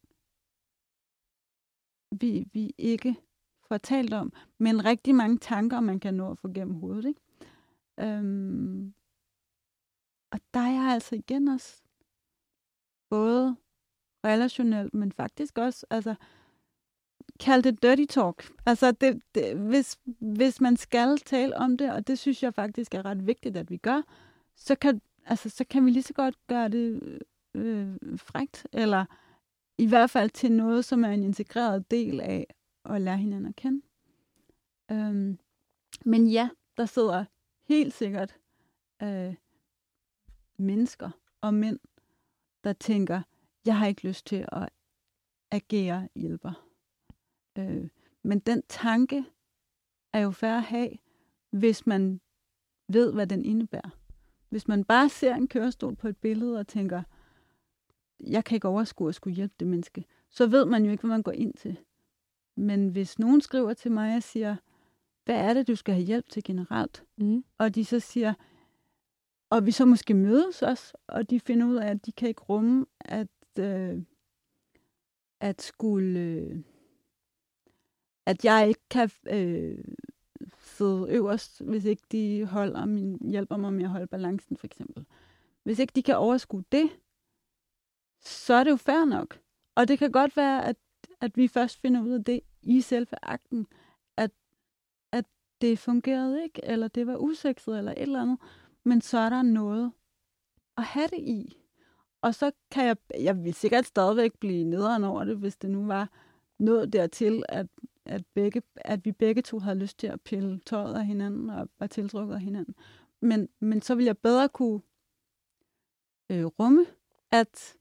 vi, vi ikke får talt om, men rigtig mange tanker, man kan nå at få gennem hovedet, ikke? Øhm, og der er jeg altså igen også både relationelt, men faktisk også, altså, kald det dirty talk. Altså, det, det, hvis, hvis man skal tale om det, og det synes jeg faktisk er ret vigtigt, at vi gør, så kan, altså, så kan vi lige så godt gøre det øh, frækt, eller i hvert fald til noget, som er en integreret del af at lære hinanden at kende. Øhm, men ja, der sidder helt sikkert øh, mennesker og mænd, der tænker, jeg har ikke lyst til at agere hjælper. Øh, men den tanke er jo fair at have, hvis man ved, hvad den indebærer. Hvis man bare ser en kørestol på et billede og tænker, jeg kan ikke overskue at skulle hjælpe det menneske, så ved man jo ikke, hvad man går ind til. Men hvis nogen skriver til mig og siger, hvad er det, du skal have hjælp til generelt? Mm. Og de så siger, og vi så måske mødes også, og de finder ud af, at de kan ikke rumme, at, øh, at skulle, øh, at jeg ikke kan øh, sidde øverst, hvis ikke de holder min, hjælper mig med at holde balancen, for eksempel. Hvis ikke de kan overskue det, så er det jo fair nok. Og det kan godt være, at, at vi først finder ud af det i selve akten, at, at det fungerede ikke, eller det var usekset, eller et eller andet. Men så er der noget at have det i. Og så kan jeg, jeg vil sikkert stadigvæk blive nederen over det, hvis det nu var noget dertil, at, at, begge, at vi begge to havde lyst til at pille tøjet af hinanden, og var tiltrukket af hinanden. Men, men så vil jeg bedre kunne øh, rumme, at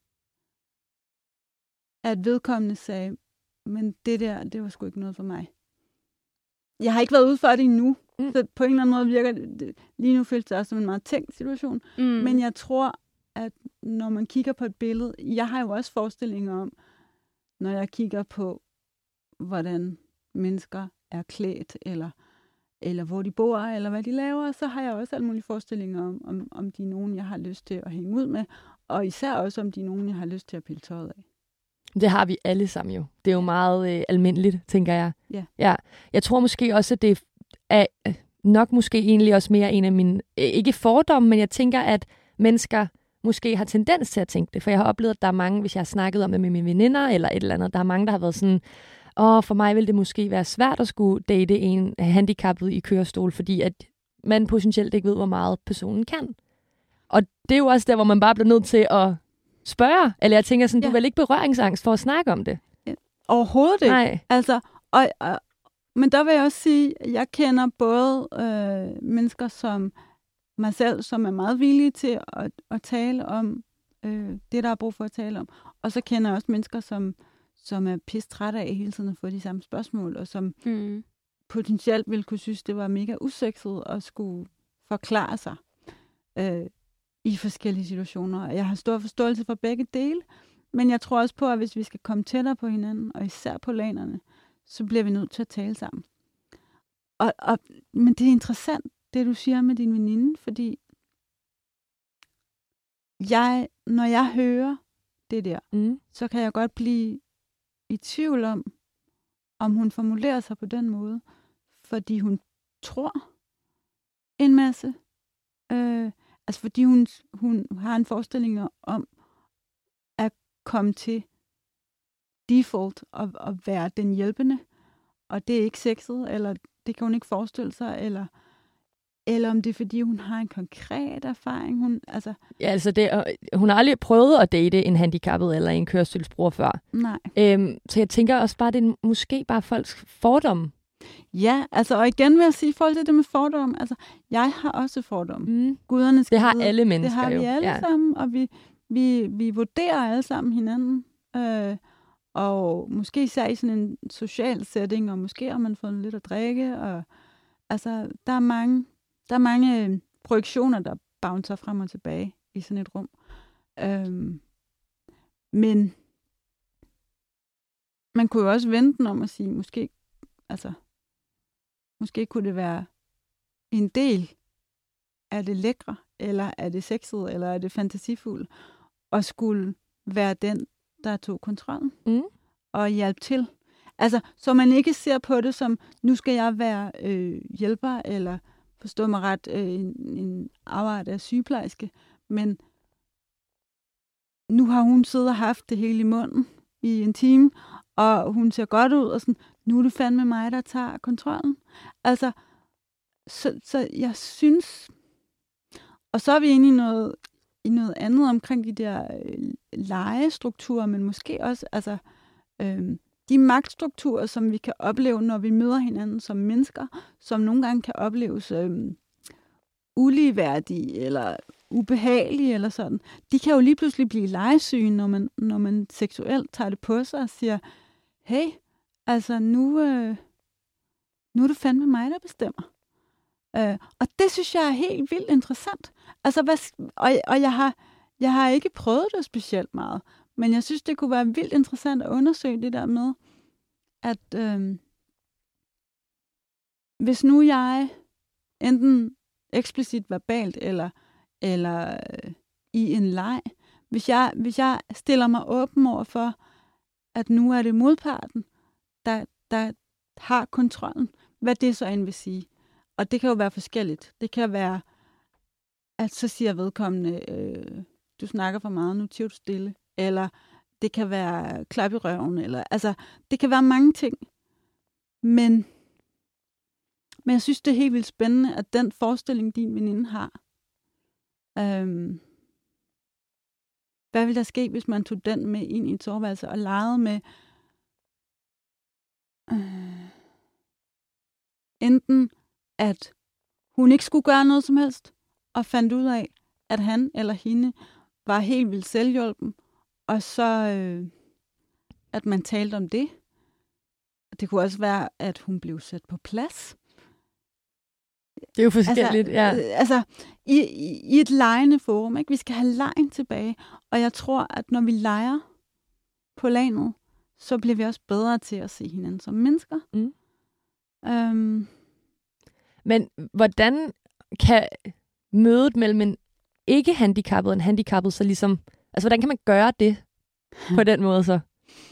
at vedkommende sagde, men det der, det var sgu ikke noget for mig. Jeg har ikke været ude for det endnu, mm. så på en eller anden måde virker det, det lige nu føles det også som en meget tænkt situation, mm. men jeg tror, at når man kigger på et billede, jeg har jo også forestillinger om, når jeg kigger på, hvordan mennesker er klædt, eller, eller hvor de bor, eller hvad de laver, så har jeg også alle mulige forestillinger om, om, om de er nogen, jeg har lyst til at hænge ud med, og især også om de er nogen, jeg har lyst til at pille tøjet af. Det har vi alle sammen jo. Det er jo meget øh, almindeligt, tænker jeg. Yeah. Ja. Jeg tror måske også, at det er nok måske egentlig også mere en af mine, øh, ikke fordomme, men jeg tænker, at mennesker måske har tendens til at tænke det. For jeg har oplevet, at der er mange, hvis jeg har snakket om det med mine veninder eller et eller andet, der er mange, der har været sådan, åh, for mig vil det måske være svært at skulle date en handicappet i kørestol, fordi at man potentielt ikke ved, hvor meget personen kan. Og det er jo også der, hvor man bare bliver nødt til at spørge, eller jeg tænker sådan, ja. Du er vel ikke berøringsangst for at snakke om det? Overhovedet ikke. Nej. Altså, og, og, men der vil jeg også sige, at jeg kender både øh, mennesker som mig selv, som er meget villige til at, at tale om øh, det, der er brug for at tale om. Og så kender jeg også mennesker, som, som er pisse trætte af hele tiden at få de samme spørgsmål, og som mm. potentielt ville kunne synes, det var mega usekset at skulle forklare sig. Øh, i forskellige situationer. Jeg har stor forståelse for begge dele, men jeg tror også på, at hvis vi skal komme tættere på hinanden, og især på lanerne, så bliver vi nødt til at tale sammen. Og, og, men det er interessant, det du siger med din veninde, fordi jeg, når jeg hører det der, mm. så kan jeg godt blive i tvivl om, om hun formulerer sig på den måde, fordi hun tror en masse, øh, altså fordi hun, hun har en forestilling om at komme til default og, og være den hjælpende, og det er ikke sexet, eller det kan hun ikke forestille sig, eller, eller om det er, fordi hun har en konkret erfaring. Hun, altså... Ja, altså det, hun har aldrig prøvet at date en handicappet eller en kørestolsbruger før. Nej. Øhm, så jeg tænker også bare, det er måske bare folks fordomme. Ja, altså, og igen vil jeg sige, i forhold til det med fordomme, altså, jeg har også fordomme. Mm. Guderne skal Det har vide, alle mennesker det har jo. vi alle Ja. sammen, og vi, vi, vi vurderer alle sammen hinanden. Øh, og måske især i sådan en social setting, og måske har man fået lidt at drikke, og altså, der er mange, der er mange projektioner, der bouncer frem og tilbage i sådan et rum. Øhm, men man kunne jo også vente den om at sige, måske, altså, måske kunne det være en del af det lækre, eller af det sexede, eller af det fantasifulde, og skulle være den, der tog kontrollen Mm. og hjælpe til. Altså, så man ikke ser på det som, nu skal jeg være øh, hjælper, eller forstå mig ret, øh, en, en arbejde af sygeplejerske, men nu har hun siddet og haft det hele i munden i en time, og hun ser godt ud, og sådan, nu er det fandme mig, der tager kontrollen. Altså, så, så jeg synes, og så er vi inde i noget, i noget andet omkring de der øh, legestrukturer, men måske også, altså, øh, de magtstrukturer, som vi kan opleve, når vi møder hinanden som mennesker, som nogle gange kan opleves øh, uligeværdige, eller ubehagelige, eller sådan. De kan jo lige pludselig blive legesyge, når man, når man seksuelt tager det på sig og siger, hey, altså nu, øh, nu er det fandme mig, der bestemmer. Øh, og det synes jeg er helt vildt interessant. Altså, hvad, og, og jeg har, jeg har ikke prøvet det specielt meget, men jeg synes, det kunne være vildt interessant at undersøge det der med, at øh, hvis nu jeg enten eksplicit verbalt eller, eller øh, i en leg, hvis jeg, hvis jeg stiller mig åben over for, at nu er det modparten, der, der har kontrollen, hvad det så end vil sige. Og det kan jo være forskelligt. Det kan være, at så siger vedkommende, øh, du snakker for meget, nu tiger du stille. Eller det kan være klap i røven. Eller, altså, det kan være mange ting. Men, men jeg synes, det er helt vildt spændende, at den forestilling, din veninde har, øh, hvad vil der ske, hvis man tog den med ind i et soveværelse og legede med øh, enten at hun ikke skulle gøre noget som helst, og fandt ud af, at han eller hende var helt vildt selvhjulpen, og så øh, at man talte om det. Det kunne også være, at hun blev sat på plads. Det er jo forskelligt, altså, ja. Øh, altså, i, i, i et legende forum, ikke? Vi skal have legen tilbage, og jeg tror, at når vi leger på landet, så bliver vi også bedre til at se hinanden som mennesker. Mm. Øhm, Men hvordan kan mødet mellem en ikke-handicappet og en handicappet så ligesom... Altså, hvordan kan man gøre det på den måde så?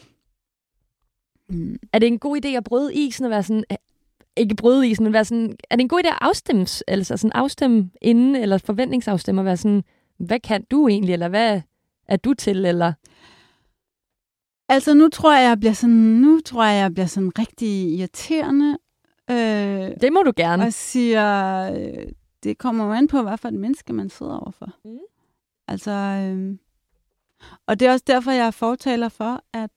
mm. Er det en god idé at bryde isen og være sådan... Ikke bryde isen, men være sådan... Er det en god idé at afstemme, altså sådan afstemme inden, eller forventningsafstemme og være sådan... Hvad kan du egentlig, eller hvad er du til, eller... Altså, nu tror jeg, jeg bliver sådan... Nu tror jeg, jeg bliver sådan rigtig irriterende. Øh, Det må du gerne. Og siger... Øh, det kommer jo an på, hvad for et menneske man sidder overfor. Mm. Altså... Øh, og det er også derfor, jeg er fortaler for, at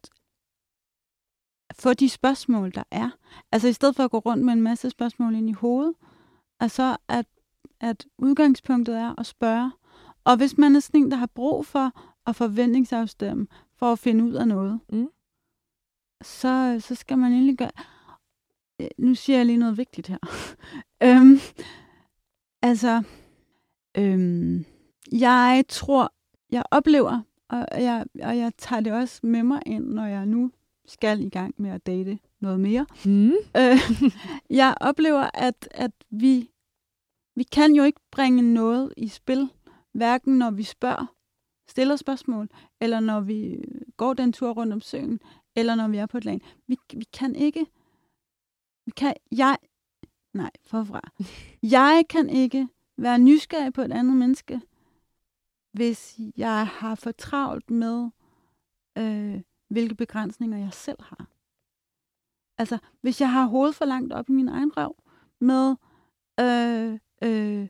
få de spørgsmål, der er. Altså i stedet for at gå rundt med en masse spørgsmål ind i hovedet, altså at, at udgangspunktet er at spørge. Og hvis man er sådan en, der har brug for at forventningsafstemme, for at finde ud af noget, mm. så, så skal man egentlig gøre... Nu siger jeg lige noget vigtigt her. øhm, altså, øhm, jeg tror, jeg oplever, og jeg, og jeg tager det også med mig ind, når jeg nu skal i gang med at date noget mere. Mm. Øh, jeg oplever, at, at vi, vi kan jo ikke bringe noget i spil, hverken når vi spørger, stiller spørgsmål, eller når vi går den tur rundt om søen, eller når vi er på et land. Vi, vi kan ikke, vi kan, jeg, nej, forfra. Jeg kan ikke være nysgerrig på et andet menneske, hvis jeg har for travlt med, øh, hvilke begrænsninger jeg selv har. Altså, hvis jeg har hovedet for langt op i min egen røv, med, øh, Øh,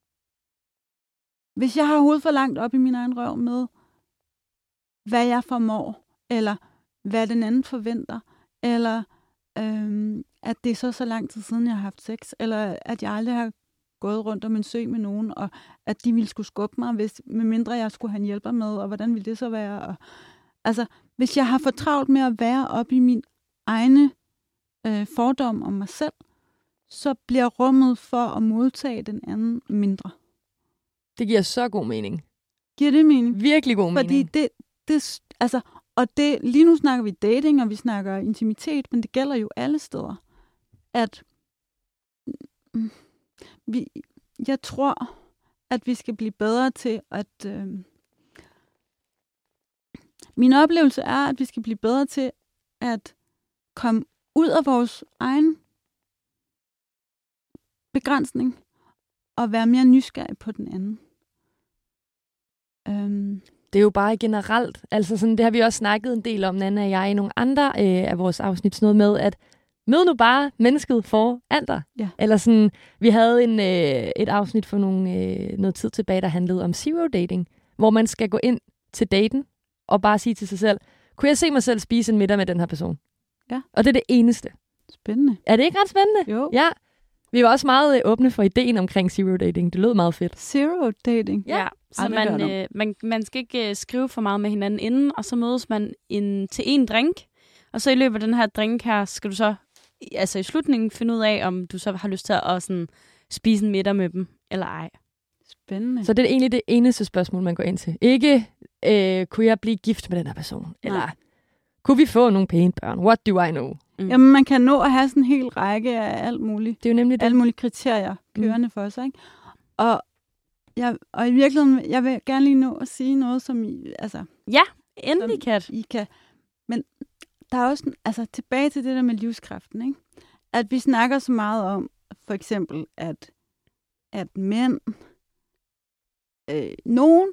hvis jeg har hovedet for langt op i min egen røv med, hvad jeg formår, eller hvad den anden forventer, eller øhm, at det er så så lang tid siden, jeg har haft sex, eller at jeg aldrig har gået rundt om en sø med nogen, og at de ville skulle skubbe mig, hvis, medmindre jeg skulle have en hjælper med, og hvordan ville det så være? Og, altså, hvis jeg har for travlt med at være oppe i min egne øh, fordom om mig selv, så bliver rummet for at modtage den anden mindre. Det giver så god mening. Giver det mening? Virkelig god mening. Fordi det, det altså, og det, lige nu snakker vi dating, og vi snakker intimitet, men det gælder jo alle steder, at mm, vi, jeg tror, at vi skal blive bedre til at... Øh, min oplevelse er, at vi skal blive bedre til at komme ud af vores egen begrænsning og være mere nysgerrig på den anden. Øhm. Det er jo bare generelt, altså sådan, det har vi også snakket en del om, Nanna og jeg, i nogle andre øh, af vores afsnit, sådan noget med, at mød nu bare mennesket for andre. Ja. Eller sådan, vi havde en, øh, et afsnit for nogle, øh, noget tid tilbage, der handlede om zero dating, hvor man skal gå ind til daten og bare sige til sig selv, kunne jeg se mig selv spise en middag med den her person? Ja. Og det er det eneste. Spændende. Er det ikke ret spændende? Jo. Ja. Vi var også meget øh, åbne for ideen omkring zero dating. Det lød meget fedt. Zero dating? Ja, ja, så man, øh, man, man skal ikke øh, skrive for meget med hinanden inden, og så mødes man en, til en drink, og så i løbet af den her drink her, skal du så altså i slutningen finde ud af, om du så har lyst til at sådan, spise en middag med dem, eller ej. Spændende. Så det er egentlig det eneste spørgsmål, man går ind til. Ikke, øh, kunne jeg blive gift med den her person? Eller, Nej. kunne vi få nogle pæne børn? What do I know? Mm. Jamen, man kan nå at have sådan en hel række af alt muligt. Det er jo nemlig det. Alle mulige kriterier kørende mm. for sig, ikke? Og, jeg, og i virkeligheden, jeg vil gerne lige nå at sige noget, som I, altså... Ja, endelig, Kat. I kan. Men der er også, altså tilbage til det der med livskraften, ikke? At vi snakker så meget om, for eksempel, at, at mænd, øh, nogen,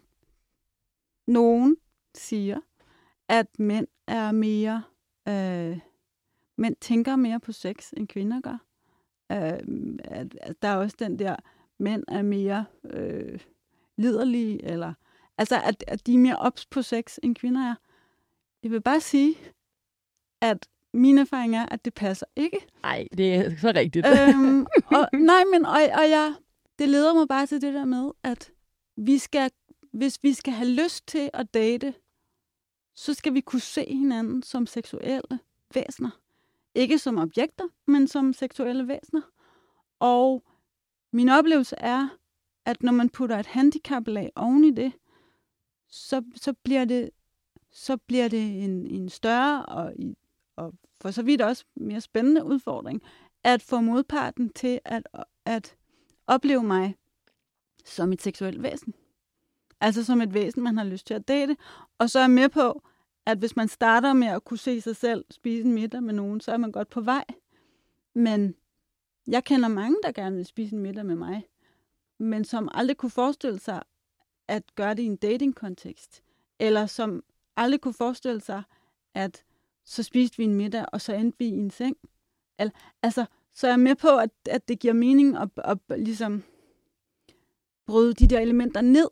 nogen siger, at mænd er mere, øh, mænd tænker mere på sex, end kvinder gør. Øh, at, at der er også den der, mænd er mere øh, liderlige, eller altså, at, at de er mere ops på sex, end kvinder er. Jeg vil bare sige, at min erfaring er, at det passer ikke. Nej, det er så rigtigt. øhm, og, nej, men og, og jeg, det leder mig bare til det der med, at vi skal, hvis vi skal have lyst til at date, så skal vi kunne se hinanden som seksuelle væsener. Ikke som objekter, men som seksuelle væsener. Og min oplevelse er, at når man putter et handicaplag oven i det, så, så bliver det, så bliver det en, en større og, og for så vidt også mere spændende udfordring, at få modparten til at, at opleve mig som et seksuelt væsen. Altså som et væsen, man har lyst til at date. Og så er jeg med på, at hvis man starter med at kunne se sig selv spise en middag med nogen, så er man godt på vej. Men jeg kender mange, der gerne vil spise en middag med mig, men som aldrig kunne forestille sig at gøre det i en dating-kontekst. Eller som aldrig kunne forestille sig, at så spiste vi en middag, og så endte vi i en seng. Altså, så er jeg med på, at, at det giver mening at, at, at ligesom bryde de der elementer ned.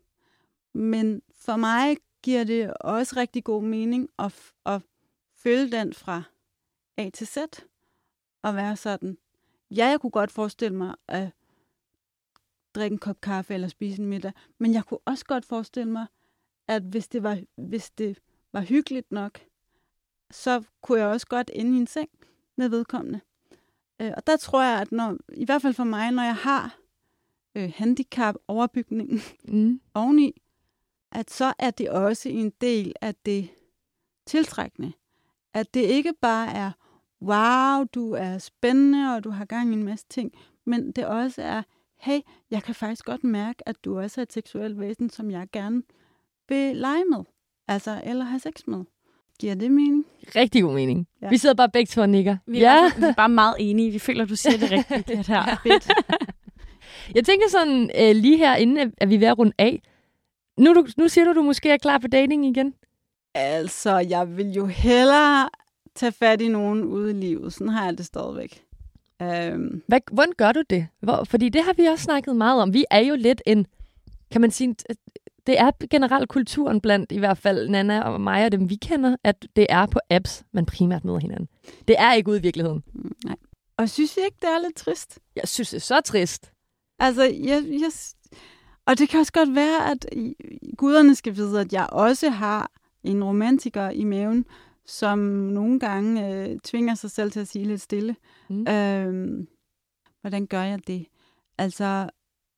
Men for mig giver det også rigtig god mening at, at følge den fra A til Z. Og være sådan, ja, jeg kunne godt forestille mig at drikke en kop kaffe eller spise en middag, men jeg kunne også godt forestille mig, at hvis det var, hvis det var hyggeligt nok, så kunne jeg også godt ende i en seng med vedkommende. Øh, og der tror jeg, at når, i hvert fald for mig, når jeg har øh, handicap-overbygningen mm. oveni, at så er det også en del af det tiltrækkende. At det ikke bare er, wow, du er spændende, og du har gang i en masse ting, men det også er, hey, jeg kan faktisk godt mærke, at du også er et seksuelt væsen, som jeg gerne vil lege med. Altså, eller have sex med. Giver det mening? Rigtig god mening. Ja. Vi sidder bare begge to og nikker. Vi er, ja. vi er bare meget enige. Vi føler, du siger det rigtigt. Det her. Ja, fedt. Jeg tænker sådan, øh, lige her, inden at vi er ved at runde af. Nu, du, nu siger du, du måske er klar på dating igen? Altså, jeg vil jo hellere tage fat i nogen ude i livet. Sådan har jeg det stadigvæk. Øhm, Hvad, hvordan gør du det? Hvor, fordi det har vi også snakket meget om. Vi er jo lidt en, kan man sige, det er generelt kulturen blandt i hvert fald Nanna og mig og dem, vi kender, at det er på apps, man primært møder hinanden. Det er ikke ude i virkeligheden. nej. Og synes I ikke, det er lidt trist? Jeg synes, det er så trist. Altså, jeg, jeg, og det kan også godt være, at guderne skal vide, at jeg også har en romantiker i maven, som nogle gange øh, tvinger sig selv til at sige lidt stille. Mm. Øhm, hvordan gør jeg det? Altså,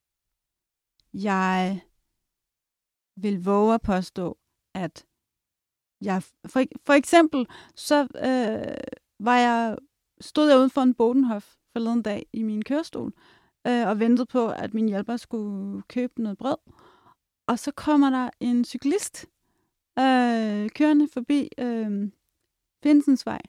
jeg vil våge at påstå, at jeg... For, for eksempel, så øh, var jeg, stod jeg ude for en Bodenhof forleden dag i min kørestol, øh, og ventede på, at min hjælper skulle købe noget brød. Og så kommer der en cyklist øh, kørende forbi øh, Finsensvej.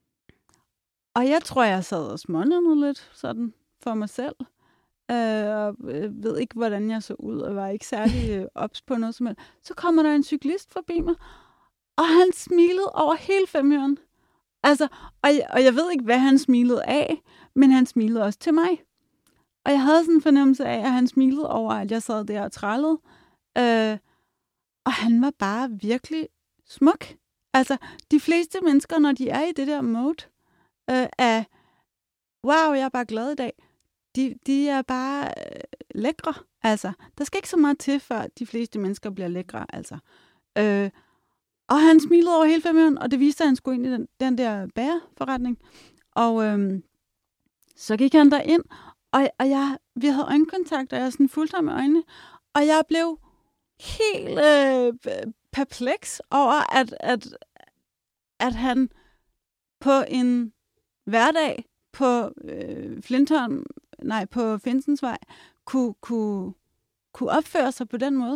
Og jeg tror, jeg sad og smånede lidt sådan for mig selv. Øh, og øh, ved ikke, hvordan jeg så ud, og var ikke særlig øh, ops på noget som helst. Så kommer der en cyklist forbi mig, og han smilede over hele femøren. Altså, og, jeg, og jeg ved ikke, hvad han smilede af, men han smilede også til mig. Og jeg havde sådan en fornemmelse af, at han smilede over, at jeg sad der og trællede. Øh, og han var bare virkelig smuk. Altså, de fleste mennesker, når de er i det der mode øh, af, wow, jeg er bare glad i dag, de, de er bare øh, lækre. Altså, der skal ikke så meget til, før de fleste mennesker bliver lækre. Altså. Øh, og han smilede over hele femøren, og det viste, at han skulle ind i den, den der bagerforretning. Og øh, så gik han derind, og, og jeg, vi havde øjenkontakt, og jeg sådan fulgte ham med øjnene, og jeg blev helt øh, perpleks over, at, at, at han på en hverdag på øh, Flintholm, nej, på Finsensvej, kunne, kunne, kunne opføre sig på den måde.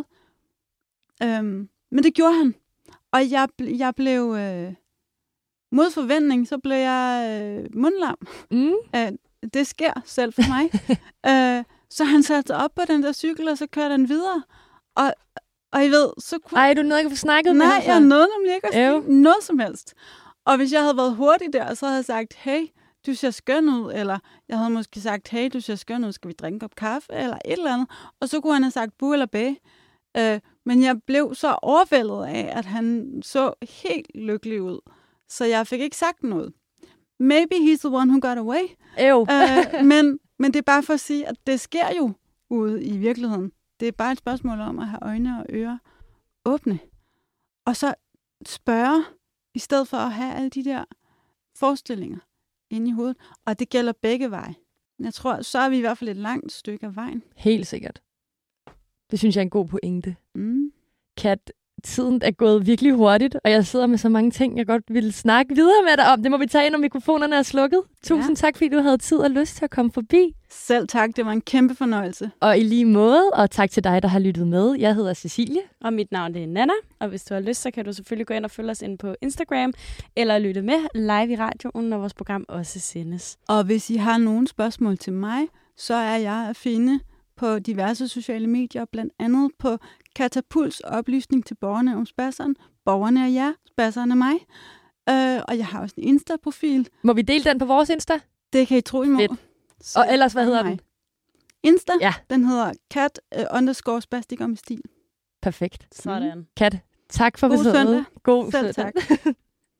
Øhm, men det gjorde han. Og jeg, jeg blev, øh, mod forventning, så blev jeg øh, mundlam. Mm. Øh, det sker selv for mig. øh, så han satte sig op på den der cykel, og så kørte han videre. Og, og I ved, så kunne... Ej, du nåede ikke at få snakket Nej, med ham? Nej, jeg nåede nemlig ikke at Ew. sige noget som helst. Og hvis jeg havde været hurtig der, så havde jeg sagt, hey, du ser skøn ud, eller jeg havde måske sagt, hey, du ser skøn ud, skal vi drikke en kop kaffe, eller et eller andet. Og så kunne han have sagt bu eller bæ. Øh, men jeg blev så overvældet af, at han så helt lykkelig ud. Så jeg fik ikke sagt noget. Maybe he's the one who got away. øh, men, men det er bare for at sige, at det sker jo ude i virkeligheden. Det er bare et spørgsmål om at have øjne og ører åbne. Og så spørge, i stedet for at have alle de der forestillinger inde i hovedet. Og det gælder begge veje. Jeg tror, så er vi i hvert fald et langt stykke af vejen. Helt sikkert. Det synes jeg er en god pointe. Mm. Kat, tiden er gået virkelig hurtigt, og jeg sidder med så mange ting, jeg godt ville snakke videre med dig om. Det må vi tage, når mikrofonerne er slukket. Tusind ja. tak, fordi du havde tid og lyst til at komme forbi. Selv tak, det var en kæmpe fornøjelse. Og i lige måde, og tak til dig, der har lyttet med. Jeg hedder Cecilie. Og mit navn er Nanna, og hvis du har lyst, så kan du selvfølgelig gå ind og følge os ind på Instagram, eller lytte med live i radioen, når vores program også sendes. Og hvis I har nogle spørgsmål til mig, så er jeg at finde på diverse sociale medier, blandt andet på Katapults oplysning til borgerne om spadseren. Borgerne er jer, spadseren er mig. Øh, og jeg har også en Insta-profil. Må vi dele den på vores Insta? Det kan I tro, I må. Fedt. Og ellers, hvad hedder den? Insta, ja. Den hedder kat uh, underscore spastik om stil. Perfekt. Sådan. Kat, tak for God besøget. søndag. God Selv søndag. tak.